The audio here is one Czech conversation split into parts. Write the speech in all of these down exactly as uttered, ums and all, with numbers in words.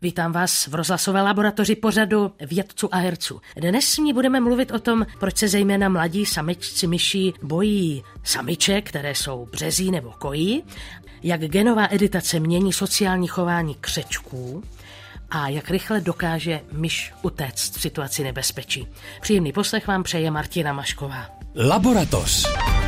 Vítám vás v rozhlasové laboratoři pořadu Vědců a herců. Dnes s ní budeme mluvit o tom, proč se zejména mladí samičci myší bojí samiček, které jsou březí nebo kojí, jak genová editace mění sociální chování křečků a jak rychle dokáže myš utéct v situaci nebezpečí. Příjemný poslech vám přeje Martina Mašková. Laboratoř.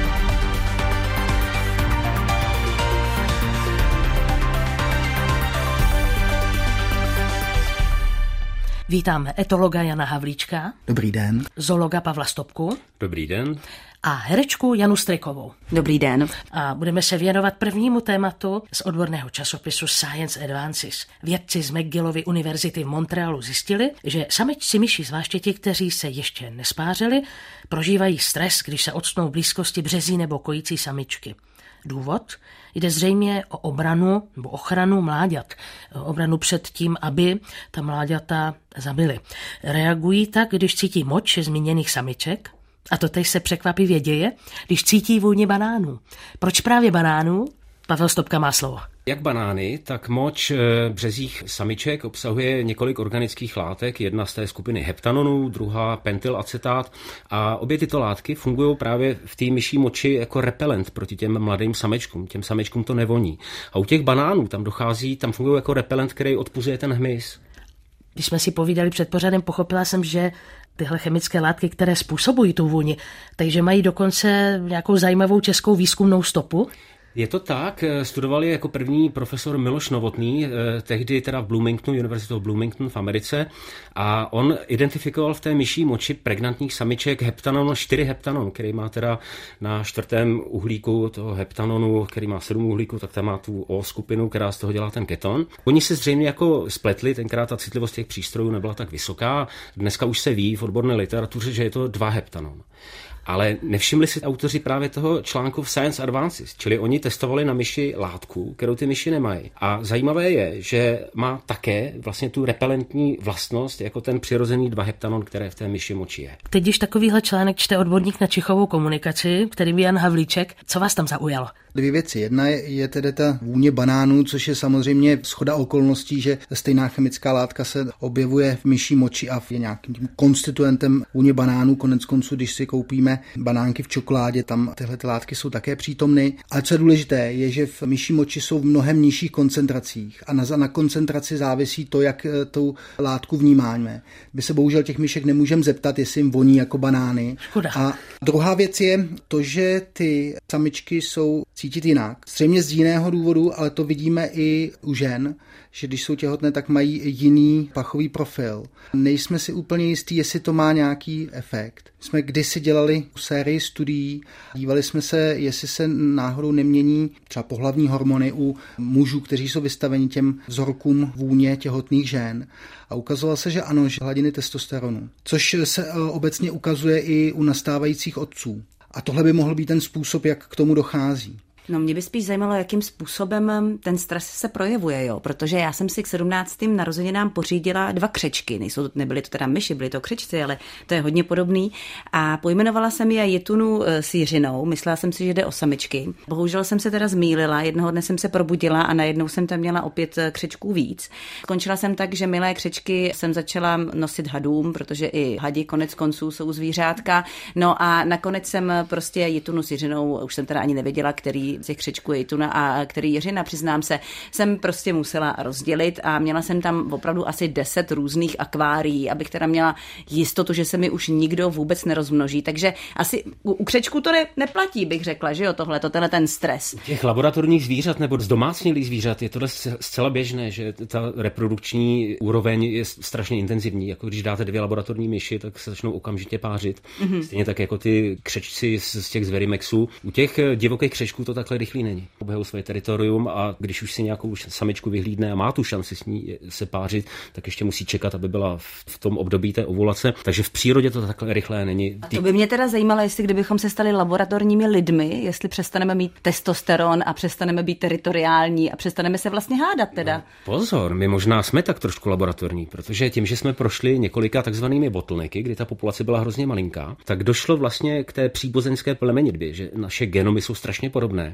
Vítám etologa Jana Havlíčka. Dobrý den. Zoologa Pavla Stopku. Dobrý den. A herečku Janu Strikovou. Dobrý den. A budeme se věnovat prvnímu tématu z odborného časopisu Science Advances. Vědci z McGillovy univerzity v Montrealu zjistili, že samičci myši, zvláště ti, kteří se ještě nespářili, prožívají stres, když se octnou v blízkosti březí nebo kojící samičky. Důvod? Jde zřejmě o obranu nebo ochranu mláďat. Obranu před tím, aby ta mláďata zabili. Reagují tak, když cítí moč zmíněných samiček? A to teď se překvapivě děje, když cítí vůni banánů. Proč právě banánů? Pavel Stopka má slovo. Jak banány, tak moč březích samiček obsahuje několik organických látek, jedna z té skupiny heptanonů, druhá pentylacetát a obě tyto látky fungují právě v té myší moči jako repelent proti těm mladým samečkům. Těm samečkům to nevoní. A u těch banánů tam dochází, tam fungují jako repelent, který odpuzuje ten hmyz. Když jsme si povídali před pořadem, pochopila jsem, že tyhle chemické látky, které způsobují tu vůni, takže mají dokonce nějakou zajímavou českou výzkumnou stopu. Je to tak, studovali jako první profesor Miloš Novotný, tehdy teda v Bloomingtonu, University of Bloomington v Americe, a on identifikoval v té myší moči pregnantních samiček heptanon, čtyři heptanon, který má teda na čtvrtém uhlíku toho heptanonu, který má sedm uhlíků, tak tam má tu O skupinu, která z toho dělá ten keton. Oni se zřejmě jako spletli, tenkrát ta citlivost těch přístrojů nebyla tak vysoká, dneska už se ví v odborné literatuře, že je to dva heptanon. Ale nevšimli si autoři právě toho článku v Science Advances, čili oni testovali na myši látku, kterou ty myši nemají. A zajímavé je, že má také vlastně tu repelentní vlastnost jako ten přirozený dva heptanon, které v té myši moči je. Teď, když takovýhle článek čte odborník na čichovou komunikaci, kterým je Jan Havlíček, co vás tam zaujalo? Dvě věci. Jedna je, je tedy ta vůně banánů, což je samozřejmě shoda okolností, že stejná chemická látka se objevuje v myší moči a je nějakým tím konstituentem vůně banánů. Konec konců, když si koupíme banánky v čokoládě, tam tyhle ty látky jsou také přítomny. Ale co je důležité, je, že v myší moči jsou v mnohem nižších koncentracích a na, na koncentraci závisí to, jak tu látku vnímáme. My se bohužel těch myšek nemůžeme zeptat, jestli jim voní jako banány. Škoda. A druhá věc je to, že ty samičky jsou cítit jinak. Zřejmě z jiného důvodu, ale to vidíme i u žen, že když jsou těhotné, tak mají jiný pachový profil. Nejsme si úplně jistí, jestli to má nějaký efekt. Jsme kdysi dělali sérii studií, dívali jsme se, jestli se náhodou nemění třeba pohlavní hormony u mužů, kteří jsou vystaveni těm vzorkům vůně těhotných žen. A ukazovalo se, že ano, že hladiny testosteronu, což se obecně ukazuje i u nastávajících otců. A tohle by mohl být ten způsob, jak k tomu dochází. No mě by spíš zajímalo, jakým způsobem ten stres se projevuje, jo, protože já jsem si k sedmnáctým narozeninám pořídila dva křečky, nejsou, nebyly to teda myši, byly to křečci, ale to je hodně podobný a pojmenovala jsem je Jitunu s Jiřinou, myslela jsem si, že jde o samičky. Bohužel jsem se teda zmýlila, jednoho dne jsem se probudila a najednou jsem tam měla opět křečků víc. Končila jsem tak, že milé křečky jsem začala nosit hadům, protože i hadi konec konců jsou zvířátka, no a nakonec jsem prostě Jitunu s Jiřinou, už jsem teda ani nevěděla, který z těch křečků je Jituna a který Jiřina, přiznám se, jsem prostě musela rozdělit a měla jsem tam opravdu asi deset různých akvárií, abych teda měla jistotu, že se mi už nikdo vůbec nerozmnoží. Takže asi u, u křečků to ne, neplatí, bych řekla, že jo, tohle, to tenhle ten stres. Těch laboratorních zvířat nebo zdomácnělých zvířat je tohle zcela běžné, že ta reprodukční úroveň je strašně intenzivní. Jako když dáte dvě laboratorní myši, tak se začnou okamžitě pářit. Mm-hmm. Stejně tak jako ty křečci z, z těch zverimexů. U těch divokých křečků to takhle rychlý není. Obhajují své teritorium a když už si nějakou samičku vyhlídne a má tu šanci s ní se pářit, tak ještě musí čekat, aby byla v tom období té ovulace. Takže v přírodě to takhle rychlé není. A to by mě teda zajímalo, jestli kdybychom se stali laboratorními lidmi, jestli přestaneme mít testosteron a přestaneme být teritoriální a přestaneme se vlastně hádat teda. No, pozor, my možná jsme tak trošku laboratorní, protože tím, že jsme prošli několika takzvanými bottlenecky, kdy ta populace byla hrozně malinká, tak došlo vlastně k té příbuzenské plemenitbě, že naše genomy jsou strašně podobné.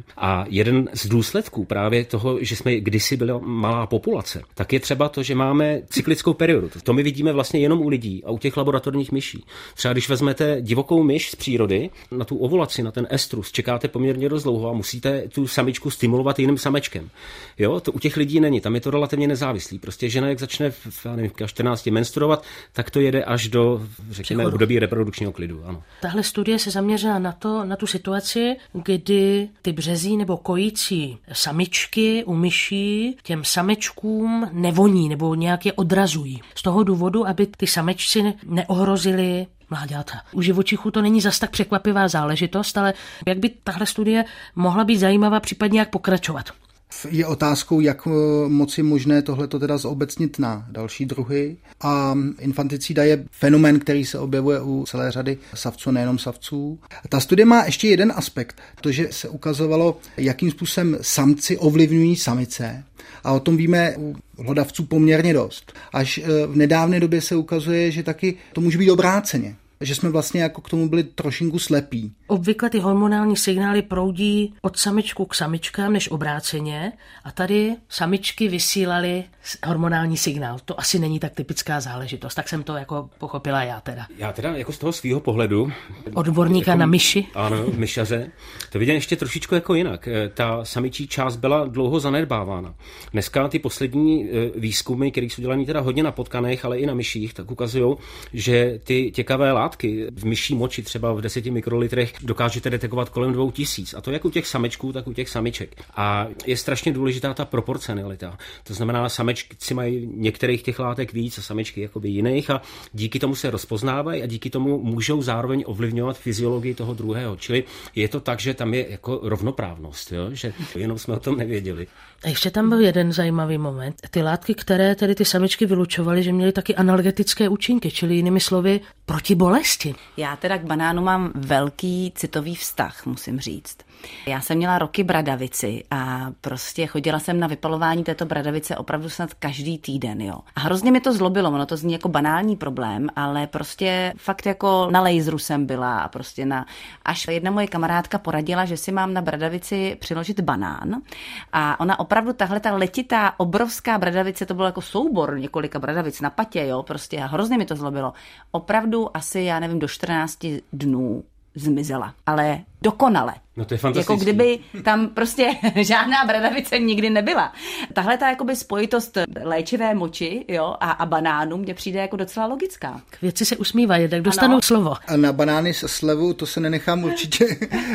A jeden z důsledků právě toho, že jsme kdysi byla malá populace, tak je třeba to, že máme cyklickou periodu. To my vidíme vlastně jenom u lidí a u těch laboratorních myší. Třeba když vezmete divokou myš z přírody, na tu ovulaci, na ten estrus, čekáte poměrně dost dlouho a musíte tu samičku stimulovat jiným samečkem. Jo, to u těch lidí není, tam je to relativně nezávislý. Prostě žena, jak začne v já nevím, čtrnácti menstruovat, tak to jede až do, řekněme, období reprodukčního klidu. Ano. Tahle studie se zaměřila na to, na tu situaci, kdy ty březí nebo kojící samičky u myší těm samečkům nevoní nebo nějak je odrazují. Z toho důvodu, aby ty samečci neohrozili mláďata. U živočichů to není zas tak překvapivá záležitost, ale jak by tahle studie mohla být zajímavá, případně jak pokračovat? Je otázkou, jak moc je možné tohleto teda zobecnit na další druhy. A infanticida je fenomén, který se objevuje u celé řady savců, nejenom savců. Ta studie má ještě jeden aspekt, to, že se ukazovalo, jakým způsobem samci ovlivňují samice. A o tom víme u hlodavců poměrně dost. Až v nedávné době se ukazuje, že taky to může být obráceně. Že jsme vlastně jako k tomu byli trošinku slepí. Obvykle ty hormonální signály proudí od samičku k samičkám než obráceně a tady samičky vysílaly hormonální signál. To asi není tak typická záležitost, tak jsem to jako pochopila já teda. Já teda jako z toho svýho pohledu... Odborníka jako, na myši. Ano, myšaře. To vidím ještě trošičku jako jinak. Ta samičí část byla dlouho zanedbávána. Dneska ty poslední výzkumy, které jsou dělané teda hodně na potkanech, ale i na myších, tak ukazují, že ty těkavé látky v myší moči třeba v deseti mikrolitrech dokážete detekovat kolem dvou tisíc. A to jak u těch samečků, tak u těch samiček. A je strašně důležitá ta proporcionalita. To znamená, samečci mají některých těch látek víc a samičky jakoby jiných a díky tomu se rozpoznávají a díky tomu můžou zároveň ovlivňovat fyziologii toho druhého. Čili je to tak, že tam je jako rovnoprávnost, jo? Že jenom jsme o tom nevěděli. A ještě tam byl jeden zajímavý moment. Ty látky, které tedy ty samičky vylučovaly, že měly taky analgetické účinky, čili jinými slovy proti bolesti. Já teda k banánu mám velký citový vztah, musím říct. Já jsem měla roky bradavici a prostě chodila jsem na vypalování této bradavice opravdu snad každý týden, jo. A hrozně mi to zlobilo, ono to zní jako banální problém, ale prostě fakt jako na laseru jsem byla a prostě na... Až jedna moje kamarádka poradila, že si mám na bradavici přiložit banán a ona opravdu tahle ta letitá, obrovská bradavice, to byl jako soubor několika bradavic na patě, jo, prostě a hrozně mi to zlobilo. Opravdu asi, já nevím, do čtrnácti dnů zmizela, ale dokonale. No to je fantastický. Jako kdyby tam prostě žádná bradavice nikdy nebyla. Tahle ta jakoby spojitost léčivé moči, jo, a, a banánů mně přijde jako docela logická. K věci se usmívají, tak dostanou ano. slovo. A na banány s slevou to se nenechám určitě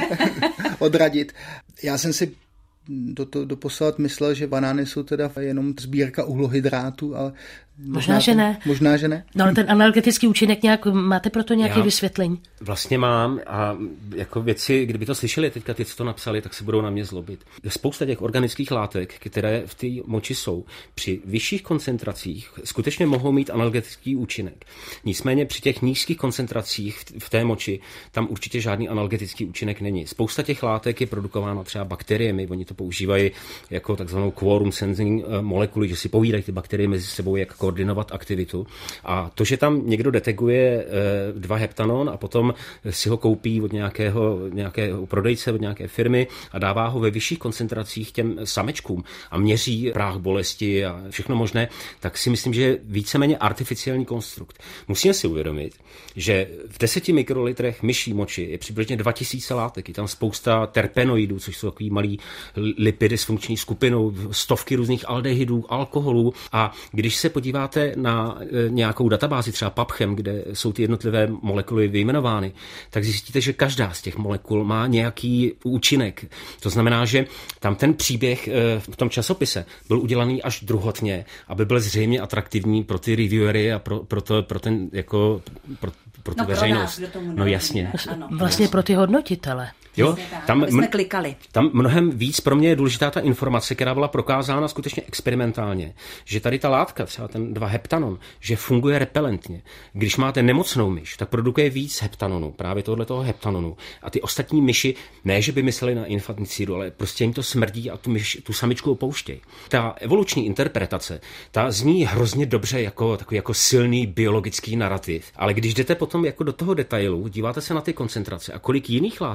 odradit. Já jsem si do, to, doposavat myslel, že banány jsou teda jenom sbírka uhlohydrátů, ale možná, možná že ne. Možná, že ne. No ale ten analgetický účinek nějak, máte pro to nějaké Já vysvětlení? Vlastně mám a jako věci, kdyby to slyšeli teďka ty, co to napsali, tak se budou na mě zlobit. Spousta těch organických látek, které v té moči jsou, při vyšších koncentracích skutečně mohou mít analgetický účinek. Nicméně při těch nízkých koncentracích v té moči tam určitě žádný analgetický účinek není. Spousta těch látek je produkována třeba bakteriemi, oni to používají jako takzvanou quorum sensing molekuly, že si povídají ty bakterie mezi sebou, jak koordinovat aktivitu. A to, že tam někdo detekuje dva heptanon a potom si ho koupí od nějakého, nějakého prodejce, od nějaké firmy a dává ho ve vyšších koncentracích těm samečkům a měří práh bolesti a všechno možné, tak si myslím, že je víceméně artificiální konstrukt. Musíme si uvědomit, že v deseti mikrolitrech myší moči je přibližně dva tisíce látek. Je tam spousta terpenoidů, což jsou takový malý lipidy s funkční skupinou, stovky různých aldehydů, alkoholů a když se podíváte na nějakou databázi, třeba PubChem, kde jsou ty jednotlivé molekuly vyjmenovány, tak zjistíte, že každá z těch molekul má nějaký účinek. To znamená, že tam ten příběh v tom časopise byl udělaný až druhotně, aby byl zřejmě atraktivní pro ty reviewery a pro, pro, to, pro ten jako pro, pro tu no, veřejnost. Pro nás, no jasně. Ano. Vlastně pro ty hodnotitele. Jo, tam, jsme klikali. Tam mnohem víc pro mě je důležitá ta informace, která byla prokázána skutečně experimentálně, že tady ta látka, třeba ten dva heptanon, že funguje repelentně. Když máte nemocnou myš, tak produkuje víc heptanonu, právě tohletoho heptanonu. A ty ostatní myši, ne, že by mysleli na infanticidu, ale prostě jim to smrdí a tu, myš, tu samičku opouštějí. Ta evoluční interpretace, ta zní hrozně dobře jako takový jako silný biologický narrativ, ale když jdete potom jako do toho detailu, díváte se na ty koncentrace a kolik jiných látek z vysokých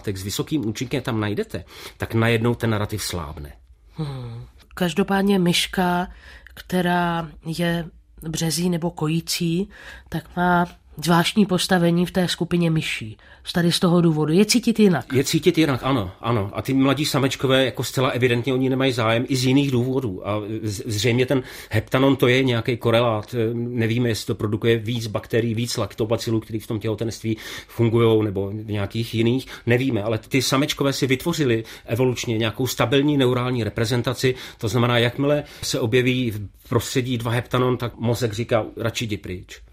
vysokým účinkem tam najdete, tak najednou ten narrativ slábne. Hmm. Každopádně myška, která je březí nebo kojící, tak má zvláštní postavení v té skupině myší. Tady z toho důvodu. Je cítit jinak. Je cítit jinak, ano, ano. A ty mladí samečkové jako zcela evidentně oni nemají zájem i z jiných důvodů. A zřejmě ten heptanon to je nějaký korelát. Nevíme, jestli to produkuje víc bakterií, víc laktobacilů, který v tom těhotenství fungují, nebo nějakých jiných. Nevíme, ale ty samečkové si vytvořili evolučně nějakou stabilní neurální reprezentaci. To znamená, jakmile se objeví v prostředí dva heptanon, tak mozek říká, radši jdi pryč.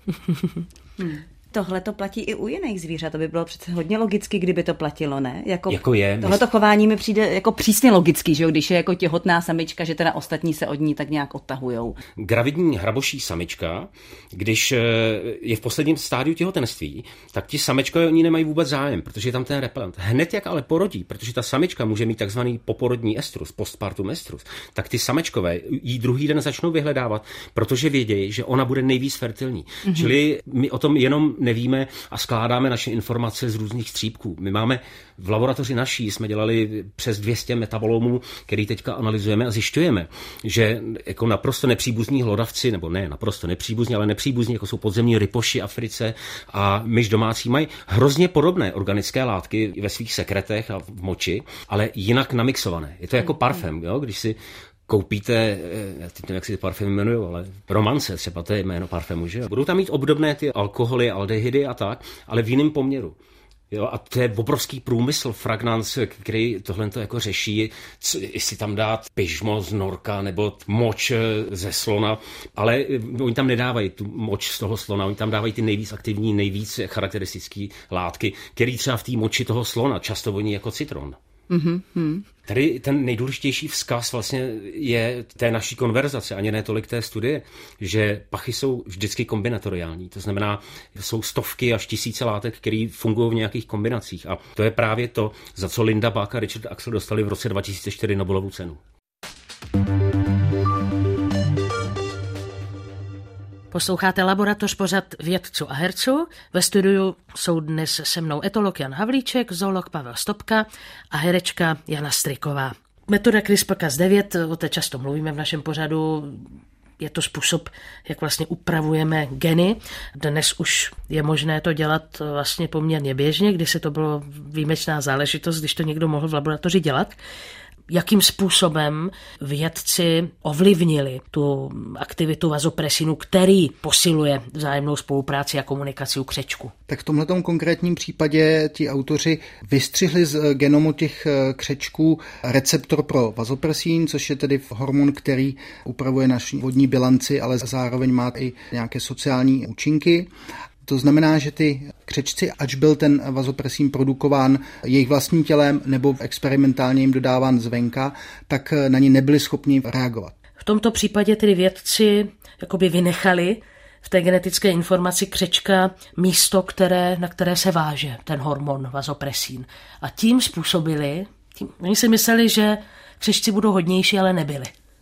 Hmm. Tohle to platí i u jiných zvířat, to by bylo přece hodně logicky, kdyby to platilo, ne? Jako, jako je. Tohleto chování mi přijde jako přísně logický, že jo? Když je jako těhotná samička, že teda ostatní se od ní tak nějak odtahujou. Gravidní hraboší samička, když je v posledním stádiu těhotenství, tak ti samečkové oni nemají vůbec zájem, protože je tam ten repelent. Hned jak ale porodí, protože ta samička může mít takzvaný poporodní estrus, postpartum estrus, tak ty samečkové jí druhý den začnou vyhledávat, protože vědějí, že ona bude nejvíc fertilní. Mm-hmm. Čili my o tom jenom nevíme a skládáme naše informace z různých střípků. My máme v laboratoři naší, jsme dělali přes dvě stě metabolomů, který teďka analyzujeme a zjišťujeme, že jako naprosto nepříbuzní hlodavci, nebo ne naprosto nepříbuzní, ale nepříbuzní, jako jsou podzemní rypoši v Africe a myš domácí, mají hrozně podobné organické látky ve svých sekretech a v moči, ale jinak namixované. Je to jako parfém, jo? Když si koupíte, já teď nevím, jak si ty parfémy jmenují, ale Romance, třeba to je jméno parfému, že jo. Budou tam mít obdobné ty alkoholy, aldehydy a tak, ale v jiném poměru. Jo, a to je obrovský průmysl, fragrance, který tohle to jako řeší, co, jestli tam dát pyžmo z norka nebo moč ze slona, ale oni tam nedávají tu moč z toho slona, oni tam dávají ty nejvíc aktivní, nejvíc charakteristické látky, který třeba v té moči toho slona často voní jako citron. Mm-hmm. Tady ten nejdůležitější vzkaz vlastně je té naší konverzace, ani ne tolik té studie, že pachy jsou vždycky kombinatoriální. To znamená, jsou stovky až tisíce látek, které fungují v nějakých kombinacích. A to je právě to, za co Linda Buck a Richard Axel dostali v roce dva tisíce čtyři Nobelovu cenu. Posloucháte Laboratoř, pořad vědců a herců. Ve studiu jsou dnes se mnou etolog Jan Havlíček, zoolog Pavel Stopka a herečka Jana Stryková. Metoda CRISPR Cas devět, o té často mluvíme v našem pořadu, je to způsob, jak vlastně upravujeme geny. Dnes už je možné to dělat vlastně poměrně běžně, když se to bylo výjimečná záležitost, když to někdo mohl v laboratoři dělat. Jakým způsobem vědci ovlivnili tu aktivitu vazopresinu, který posiluje vzájemnou spolupráci a komunikaci u křečku? Tak v tomhletom konkrétním případě ti autoři vystřihli z genomu těch křečků receptor pro vazopresin, což je tedy hormon, který upravuje naši vodní bilanci, ale zároveň má i nějaké sociální účinky. To znamená, že ty křečci, ač byl ten vazopresin produkován jejich vlastním tělem nebo experimentálně jim dodáván zvenka, tak na ně nebyli schopni reagovat. V tomto případě tedy vědci jakoby vynechali v té genetické informaci křečka místo, které, na které se váže ten hormon vazopresin. A tím způsobili, tím, oni si mysleli, že křečci budou hodnější, ale nebyli.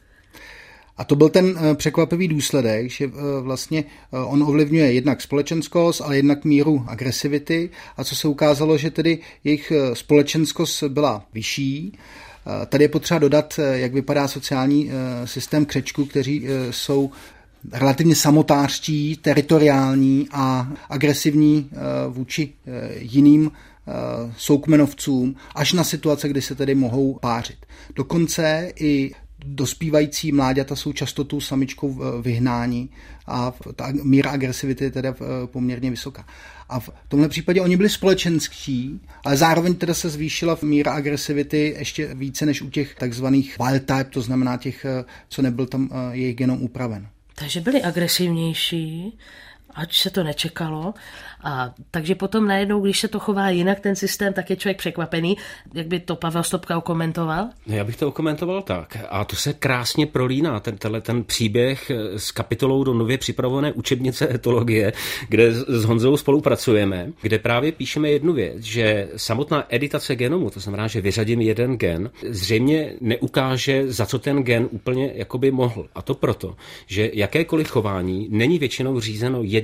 A to byl ten překvapivý důsledek, že vlastně on ovlivňuje jednak společenskost, ale jednak míru agresivity. A co se ukázalo, že tedy jejich společenskost byla vyšší. Tady je potřeba dodat, jak vypadá sociální systém křečků, kteří jsou relativně samotářští, teritoriální a agresivní vůči jiným soukmenovcům, až na situace, kdy se tedy mohou pářit. Dokonce i dospívající mláďata jsou často tu samičkou vyhnání a ta míra agresivity je teda poměrně vysoká. A v tomhle případě oni byli společenští, ale zároveň teda se zvýšila míra agresivity ještě více než u těch takzvaných wild type, to znamená těch, co nebyl tam jejich genom upraven. Takže byli agresivnější, ač se to nečekalo. A takže potom najednou, když se to chová jinak, ten systém, tak je člověk překvapený. Jak by to Pavel Stopka okomentoval? Já bych to okomentoval tak. A to se krásně prolíná, ten, tenhle, ten příběh s kapitolou do nově připravované učebnice etologie, kde s Honzou spolupracujeme, kde právě píšeme jednu věc, že samotná editace genomu, to znamená, že vyřadím jeden gen, zřejmě neukáže, za co ten gen úplně jakoby mohl. A to proto, že jakékoliv chování není většinou řízeno jedním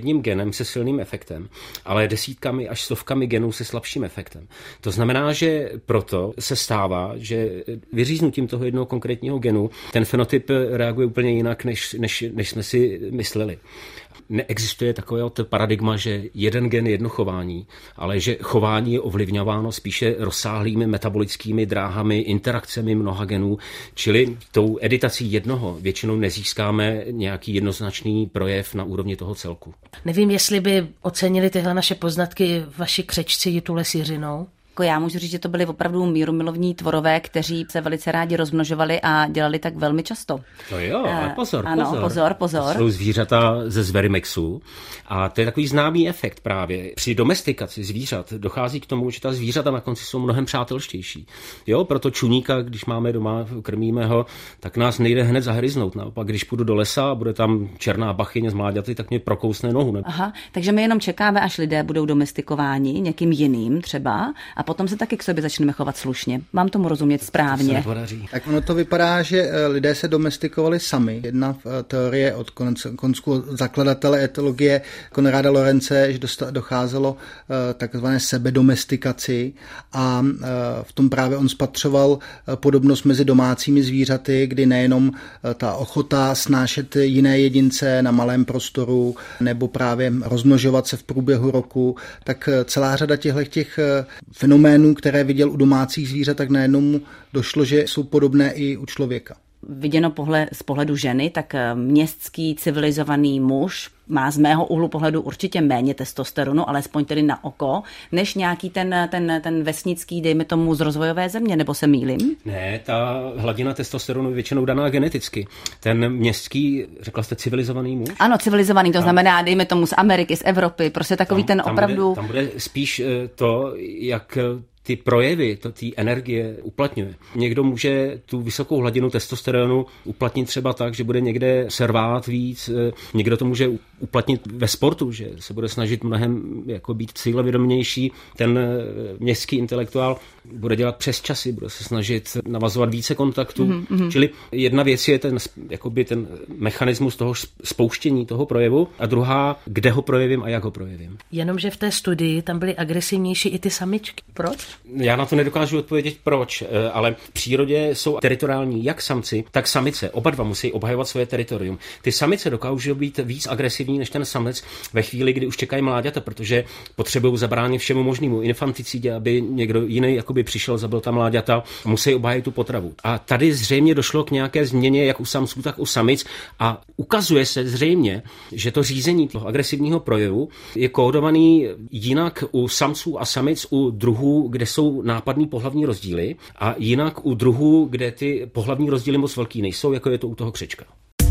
jedním genem se silným efektem, ale desítkami až stovkami genů se slabším efektem. To znamená, že proto se stává, že vyříznutím toho jednoho konkrétního genu ten fenotyp reaguje úplně jinak, než, než, než jsme si mysleli. Neexistuje takové paradigma, že jeden gen je jedno chování, ale že chování je ovlivňováno spíše rozsáhlými metabolickými dráhami, interakcemi mnoha genů, čili tou editací jednoho většinou nezískáme nějaký jednoznačný projev na úrovni toho celku. Nevím, jestli by ocenili tyhle naše poznatky vaši křečci Jitule s Jiřinou. Jako já můžu říct, že to byli opravdu mírumilovní tvorové, kteří se velice rádi rozmnožovali a dělali tak velmi často. To jo, ale pozor, ano, pozor. pozor, pozor. To jsou zvířata ze Zverimexu a to je takový známý efekt právě. Při domestikaci zvířat dochází k tomu, že ta zvířata na konci jsou mnohem přátelštější. Jo, proto čuníka, když máme doma, krmíme ho, tak nás nejde hned zahryznout. Naopak, když půjdu do lesa a bude tam černá bachyně s mláďaty, tak mě prokousne nohu. Ne? Aha, takže my jenom čekáme, až lidé budou domestikováni někým jiným třeba. A potom se taky k sobě začneme chovat slušně. Mám tomu rozumět správně. Tak ono to vypadá, že lidé se domestikovali sami. Jedna teorie od koncku zakladatele etologie Konrada Lorence, že docházelo takzvané sebedomestikaci a v tom právě on spatřoval podobnost mezi domácími zvířaty, kdy nejenom ta ochota snášet jiné jedince na malém prostoru nebo právě rozmnožovat se v průběhu roku, tak celá řada těchto těch fenoménů, které viděl u domácích zvířat, tak najednou mu došlo, že jsou podobné i u člověka. Viděno pohled, z pohledu ženy, tak městský civilizovaný muž má z mého úhlu pohledu určitě méně testosteronu, alespoň tedy na oko, než nějaký ten, ten, ten vesnický, dejme tomu, z rozvojové země, nebo se mýlím? Ne, ta hladina testosteronu je většinou daná geneticky. Ten městský, řekla jste, civilizovaný muž? Ano, civilizovaný, to tam, znamená, dejme tomu, z Ameriky, z Evropy, prostě takový tam, ten tam opravdu... Bude, tam bude spíš to, jak ty projevy, to, ty energie uplatňuje. Někdo může tu vysokou hladinu testosteronu uplatnit třeba tak, že bude někde servát víc, někdo to může uplatnit ve sportu, že se bude snažit mnohem jako být cílevědomější. Ten městský intelektuál bude dělat přes časy, bude se snažit navazovat více kontaktů. Mm-hmm. Čili jedna věc je ten, jakoby ten mechanismus toho spouštění toho projevu a druhá, kde ho projevím a jak ho projevím. Jenomže v té studii tam byly agresivnější i ty samičky. Proč? Já na to nedokážu odpovědět proč, ale v přírodě jsou teritoriální jak samci, tak samice. Oba dva musí obhajovat svoje teritorium. Ty samice dokážou být víc agresivní než ten samec ve chvíli, kdy už čekají mláďata, protože potřebují zabránit všemu možnému infanticidě, aby někdo jiný jakoby přišel, zabil tam mláďata, musí obhájit tu potravu. A tady zřejmě došlo k nějaké změně jak u samců, tak u samic a ukazuje se zřejmě, že to řízení toho agresivního projevu je kódovaný jinak u samců a samic u druhů, kde jsou nápadný pohlavní rozdíly a jinak u druhů, kde ty pohlavní rozdíly moc velký nejsou, jako je to u toho křečka.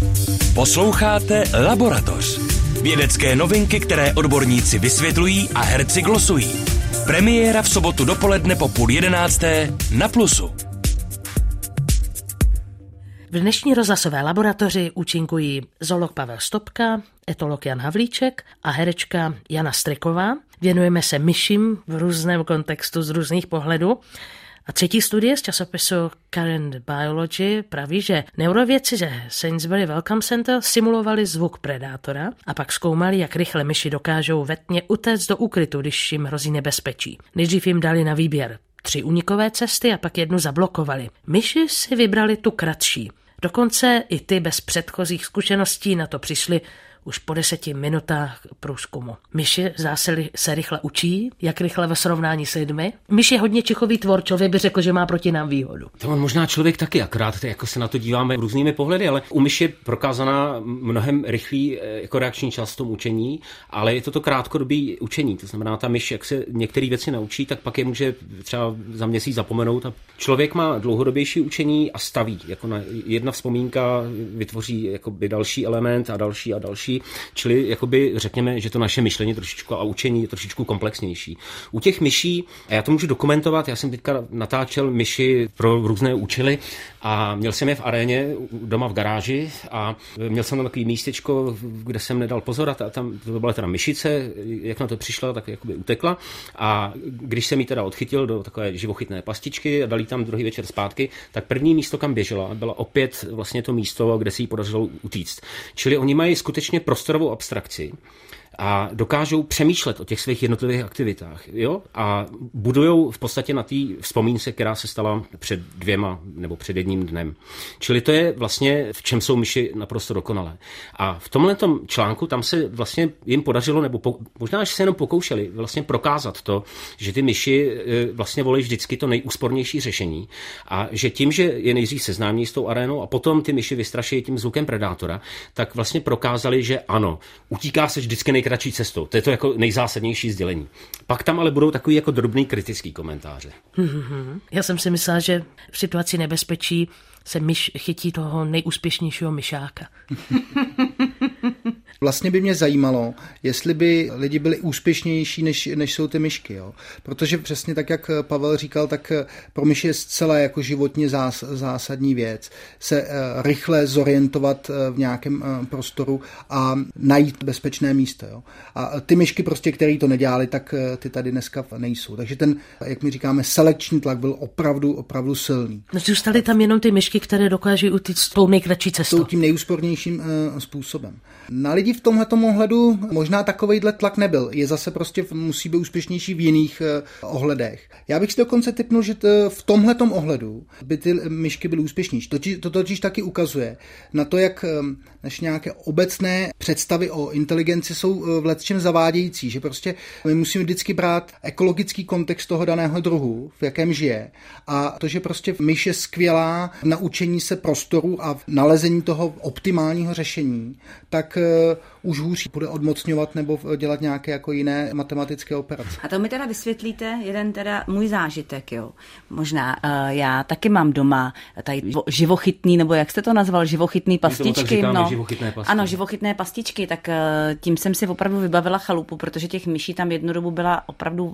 Posloucháte Laboratoř. Vědecké novinky, které odborníci vysvětlují a herci glosují. Premiéra v sobotu dopoledne po půl jedenácté na Plusu. V dnešní rozhlasové laboratoři účinkují zoolog Pavel Stopka, etolog Jan Havlíček a herečka Jana Striková. Věnujeme se myším v různém kontextu z různých pohledů. A třetí studie z časopisu Current Biology praví, že neurovědci ze Sainsbury Wellcome Center simulovali zvuk predátora a pak zkoumali, jak rychle myši dokážou ve tmě utéct do úkrytu, když jim hrozí nebezpečí. Nejdřív jim dali na výběr tři únikové cesty a pak jednu zablokovali. Myši si vybrali tu kratší. Dokonce i ty bez předchozích zkušeností na to přišli už po deseti minutách průzkumu. Myši zase se rychle učí, jak rychle ve srovnání s lidmi. Myš je hodně čichový tvor, člověk by řekl, že má proti nám výhodu. To on možná člověk taky, akorát jako se na to díváme různými pohledy, ale u myši je prokázaná mnohem rychlý jako reakční čas v tom učení, ale je to to krátkodobý učení. To znamená, ta myš, jak se některé věci naučí, tak pak je může třeba za měsíc zapomenout. A člověk má dlouhodobější učení a staví. Jako na jedna vzpomínka vytvoří jakoby další element a další a další. Čili jakoby řekněme, že to naše myšlení trošičku a učení je trošičku komplexnější. U těch myší, a já to můžu dokumentovat, já jsem teďka natáčel myši pro různé účely a měl jsem je v aréně doma v garáži a měl jsem tam takový místečko, kde jsem nedal pozor a tam to byla teda myšice, jak na to přišla, tak jakoby utekla a když jsem ji teda odchytil do takové živochytné pastičky a dal jí tam druhý večer zpátky, tak první místo, kam běžela, byla opět vlastně to místo, kde si jí podařilo utíct. Čili oni mají skutečně prostorovou abstrakci, a dokážou přemýšlet o těch svých jednotlivých aktivitách, jo? A budujou v podstatě na té vzpomínce, která se stala před dvěma nebo před jedním dnem. Čili to je vlastně, v čem jsou myši naprosto dokonalé. A v tomhletom článku tam se vlastně jim podařilo, nebo po, možná, že se jenom pokoušeli vlastně prokázat to, že ty myši vlastně volí vždycky to nejúspornější řešení a že tím, že je nejdřív seznámí s tou arénou a potom ty myši vystraší tím zvukem predátora, tak vlastně prokázali, že ano, utíká se vždycky nejkratší cestou. To je to jako nejzásadnější sdělení. Pak tam ale budou takový jako drobný kritický komentáře. Já jsem si myslela, že v situaci nebezpečí se myš chytí toho nejúspěšnějšího myšáka. Vlastně by mě zajímalo, jestli by lidi byli úspěšnější, než, než jsou ty myšky. Jo? Protože přesně tak, jak Pavel říkal, tak pro myši je zcela jako životně zás, zásadní věc se uh, rychle zorientovat uh, v nějakém uh, prostoru a najít bezpečné místo. Jo? A ty myšky prostě, které to nedělali, tak uh, ty tady dneska nejsou. Takže ten, jak my říkáme, selekční tlak byl opravdu, opravdu silný. No, zůstaly tam jenom ty myšky, které dokáží utíct tou nejkratší cestou. Tím nejúspornějším uh, způsobem. Na lidi v tomhletom ohledu možná takovejhle tlak nebyl. Je zase prostě musí být úspěšnější v jiných uh, ohledech. Já bych si dokonce tipnul, že t, v tomhletom ohledu by ty myšky byly úspěšnější. To, to totiž taky ukazuje na to, jak um, než nějaké obecné představy o inteligenci jsou uh, v lecčem zavádějící, že prostě my musíme vždycky brát ekologický kontext toho daného druhu, v jakém žije. A to, že prostě myš je skvělá v naučení se prostoru a v nalezení toho optimálního řešení, tak uh, už hůř bude odmocňovat nebo dělat nějaké jako jiné matematické operace. A to mi teda vysvětlíte jeden teda můj zážitek, jo. Možná uh, já taky mám doma tady živochytný, nebo jak jste to nazval, živochytný pastičky. No, živochytné pastičky. Ano, živochytné pastičky, tak uh, tím jsem si opravdu vybavila chalupu, protože těch myší tam jednu dobu byla opravdu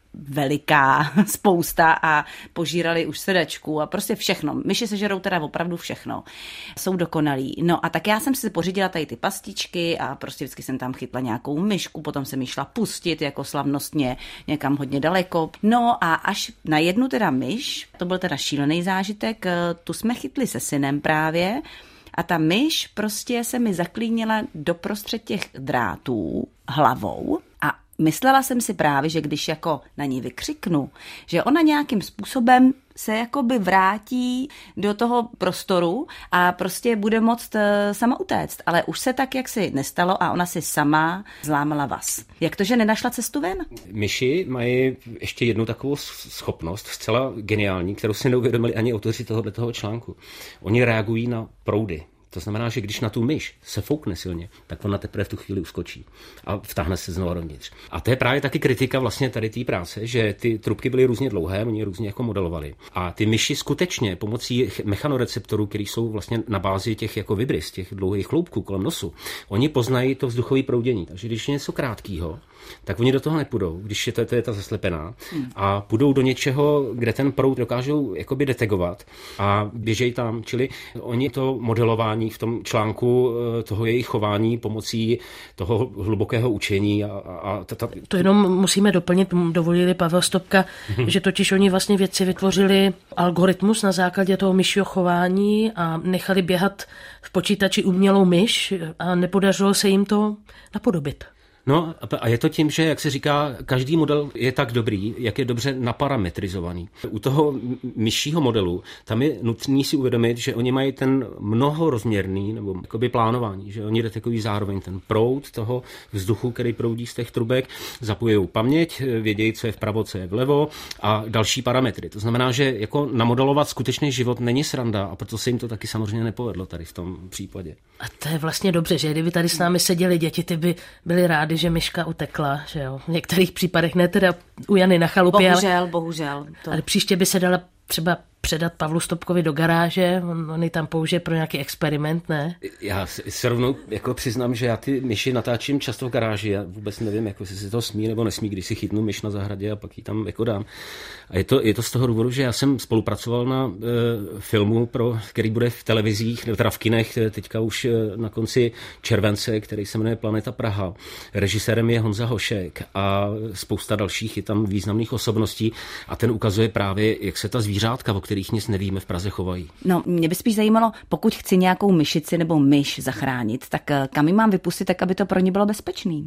veliká spousta a požírali už sedačku a prostě všechno. Myši sežerou teda opravdu všechno. Jsou dokonalí. No a tak já jsem si pořídila tady ty pastičky a prostě vždycky jsem tam chytla nějakou myšku, potom jsem ji šla pustit jako slavnostně někam hodně daleko. No a až na jednu teda myš, to byl teda šílený zážitek, tu jsme chytli se synem právě a ta myš prostě se mi zaklínila doprostřed těch drátů hlavou a myslela jsem si právě, že když jako na ní vykřiknu, že ona nějakým způsobem se jakoby vrátí do toho prostoru a prostě bude moct sama utéct. Ale už se tak jaksi nestalo a ona si sama zlámala vaz. Jak to, že nenašla cestu ven? Myši mají ještě jednu takovou schopnost, zcela geniální, kterou si neuvědomili ani autoři tohoto článku. Oni reagují na proudy. To znamená, že když na tu myš se foukne silně, tak ona teprve v tu chvíli uskočí a vtáhne se znovu dovnitř. A to je právě taky kritika vlastně tady té práce, že ty trubky byly různě dlouhé, oni je různě jako modelovali. A ty myši skutečně pomocí mechanoreceptorů, které jsou vlastně na bázi těch jako vibrys, těch dlouhých chloupků kolem nosu, oni poznají to vzduchové proudění. Takže když je něco krátkého, tak oni do toho nepůjdou, když je to, to je ta zaslepená, hmm. a půjdou do něčeho, kde ten proud dokážou jakoby detegovat a běžejí tam, čili oni to modelování v tom článku toho jejich chování pomocí toho hlubokého učení a, a ta, ta... To jenom musíme doplnit, dovolili Pavel Stopka, hmm. že totiž oni vlastně vědci vytvořili algoritmus na základě toho myšího chování a nechali běhat v počítači umělou myš a nepodařilo se jim to napodobit. No a je to tím, že, jak se říká, každý model je tak dobrý, jak je dobře naparametrizovaný. U toho myšího modelu tam je nutný si uvědomit, že oni mají ten mnohorozměrný nebo jakoby plánování, že oni detekují zároveň ten proud toho vzduchu, který proudí z těch trubek, zapojují paměť, vědějí, co je vpravo, co je vlevo a další parametry. To znamená, že jako namodelovat skutečný život není sranda a proto se jim to taky samozřejmě nepovedlo tady v tom případě. A to je vlastně dobře, že kdyby tady s námi seděli děti, ty by byly rádi, že myška utekla, že jo. V některých případech ne teda u Jany na chalupě. Bohužel, ale, bohužel. To... Ale příště by se dala třeba předat Pavlu Stopkovi do garáže, on, on ji tam použije pro nějaký experiment, ne? Já se rovnou jako přiznám, že já ty myši natáčím často v garáži, já vůbec nevím, jako jestli se to smí nebo nesmí, když si chytnu myš na zahradě a pak ji tam jako dám. A je to, je to z toho důvodu, že já jsem spolupracoval na e, filmu, pro, který bude v televizích, nebo teda v kinech, teďka už na konci července, který se jmenuje Planeta Praha. Režisérem je Honza Hošek a spousta dalších je tam významných osobností a ten ukazuje právě, jak se ta zvířátka, o kterých nic nevíme, v Praze chovají. No, mě by spíš zajímalo, pokud chci nějakou myšici nebo myš zachránit, tak kam ji mám vypustit, tak aby to pro ně bylo bezpečný?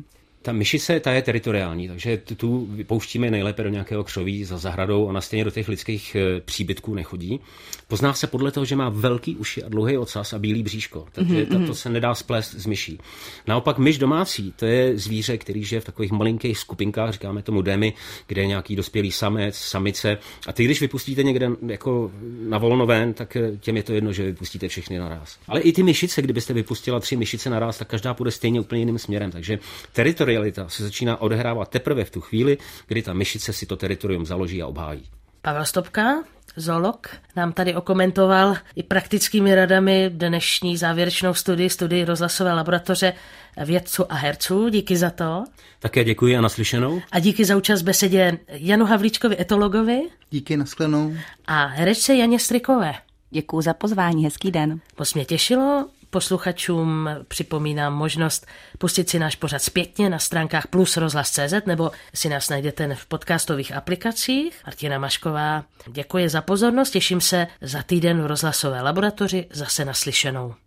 Ta myšice, ta je teritoriální, takže tu vypouštíme nejlépe do nějakého křoví za zahradou, ona stejně do těch lidských příbytků nechodí. Pozná se podle toho, že má velký uši a dlouhý ocas a bílý bříško, takže mm-hmm. to se nedá splést s myší. Naopak myš domácí, to je zvíře, který žije v takových malinkých skupinkách, říkáme tomu démy, kde je nějaký dospělý samec, samice. A ty, když vypustíte někde jako na volno ven, tak těm je to jedno, že vypustíte všechny naraz. Ale i ty myšice, kdybyste vypustila tři myšice naraz, tak každá půjde stejně úplně jiným směrem. Takže teritorialita se začíná odehrávat teprve v tu chvíli, kdy ta myšice si to teritorium založí a obhájí. Pavel Stopka, zoolog, nám tady okomentoval i praktickými radami dnešní závěrečnou studii, studii rozhlasové laboratoře vědců a herců. Díky za to. Také děkuji a naslyšenou. A díky za účast v besedě Janu Havlíčkovi, etologovi. Díky, nashledanou. A herečce Janě Strykové. Děkuji za pozvání, hezký den. Moc mě těšilo. Posluchačům připomínám možnost pustit si náš pořad zpětně na stránkách plus rozhlas tečka cé zet nebo si nás najdete v podcastových aplikacích. Martina Mašková, děkuji za pozornost, těším se za týden v rozhlasové laboratoři zase naslyšenou.